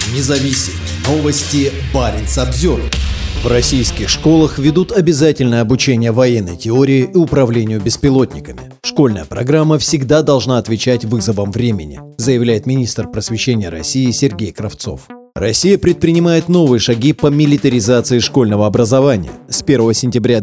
Независимые новости. Баренц-Обзервер. В российских школах ведут обязательное обучение военной теории и управлению беспилотниками. Школьная программа всегда должна отвечать вызовам времени, заявляет министр просвещения России Сергей Кравцов. Россия предпринимает новые шаги по милитаризации школьного образования. С 1 сентября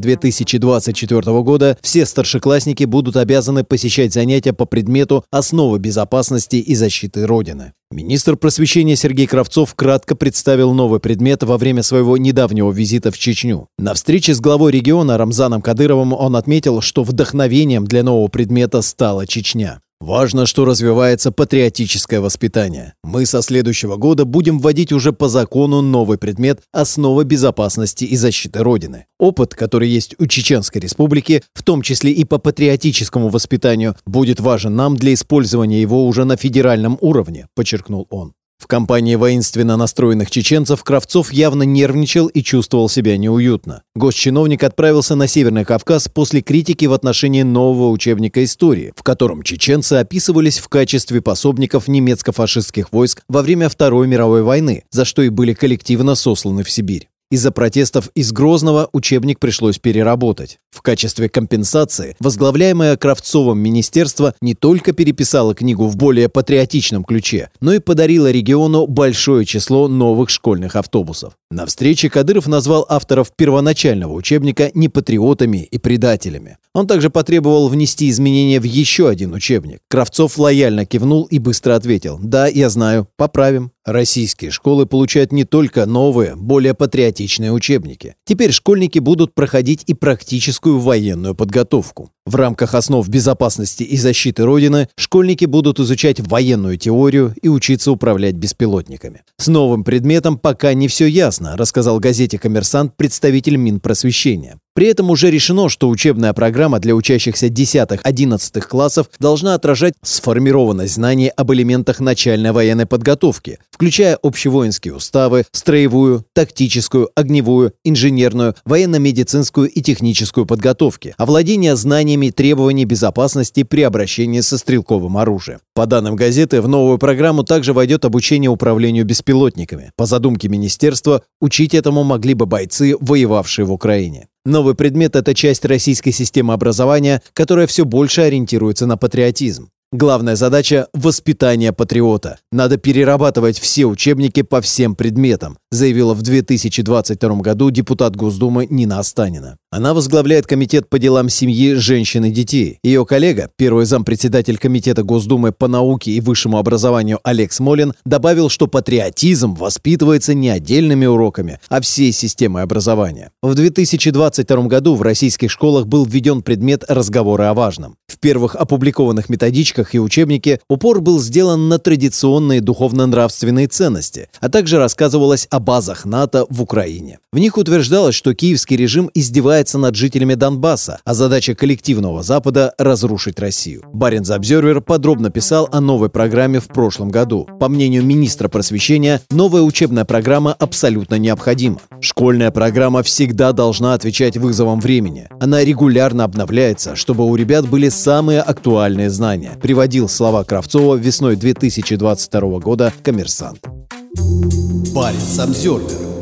2024 года все старшеклассники будут обязаны посещать занятия по предмету «Основы безопасности и защиты Родины». Министр просвещения Сергей Кравцов кратко представил новый предмет во время своего недавнего визита в Чечню. На встрече с главой региона Рамзаном Кадыровым он отметил, что вдохновением для нового предмета стала Чечня. Важно, что развивается патриотическое воспитание. Мы со следующего года будем вводить уже по закону новый предмет «Основы безопасности и защиты Родины». Опыт, который есть у Чеченской Республики, в том числе и по патриотическому воспитанию, будет важен нам для использования его уже на федеральном уровне, подчеркнул он. В компании воинственно настроенных чеченцев Кравцов явно нервничал и чувствовал себя неуютно. Госчиновник отправился на Северный Кавказ после критики в отношении нового учебника истории, в котором чеченцы описывались в качестве пособников немецко-фашистских войск во время Второй мировой войны, за что и были коллективно сосланы в Сибирь. Из-за протестов из Грозного учебник пришлось переработать. В качестве компенсации возглавляемое Кравцовым министерство не только переписало книгу в более патриотичном ключе, но и подарило региону большое число новых школьных автобусов. На встрече Кадыров назвал авторов первоначального учебника непатриотами и предателями. Он также потребовал внести изменения в еще один учебник. Кравцов лояльно кивнул и быстро ответил: «Да, я знаю, поправим». Российские школы получают не только новые, более патриотичные учебники. Теперь школьники будут проходить и практическую военную подготовку. В рамках основ безопасности и защиты Родины школьники будут изучать военную теорию и учиться управлять беспилотниками. С новым предметом пока не все ясно, рассказал газете «Коммерсант» представитель Минпросвещения. При этом уже решено, что учебная программа для учащихся 10-11 классов должна отражать сформированность знаний об элементах начальной военной подготовки, включая общевоинские уставы, строевую, тактическую, огневую, инженерную, военно-медицинскую и техническую подготовки, овладение знаниями требований безопасности при обращении со стрелковым оружием. По данным газеты, в новую программу также войдет обучение управлению беспилотниками. По задумке министерства, учить этому могли бы бойцы, воевавшие в Украине. Новый предмет – это часть российской системы образования, которая все больше ориентируется на патриотизм. Главная задача – воспитание патриота. Надо перерабатывать все учебники по всем предметам, заявила в 2022 году депутат Госдумы Нина Останина. Она возглавляет комитет по делам семьи, женщин и детей. Ее коллега, первый зампредседатель комитета Госдумы по науке и высшему образованию Олег Смолин, добавил, что патриотизм воспитывается не отдельными уроками, а всей системой образования. В 2022 году в российских школах был введен предмет «Разговоры о важном». В первых опубликованных методичках и учебнике упор был сделан на традиционные духовно-нравственные ценности, а также рассказывалось о базах НАТО в Украине. В них утверждалось, что киевский режим издевается над жителями Донбасса, а задача коллективного Запада – разрушить Россию. Баренц-Обзервер подробно писал о новой программе в прошлом году. По мнению министра просвещения, новая учебная программа абсолютно необходима. Школьная программа всегда должна отвечать вызовам времени. Она регулярно обновляется, чтобы у ребят были самые актуальные знания, приводил слова Кравцова весной 2022 года «Коммерсант». Баренц-Обзервер.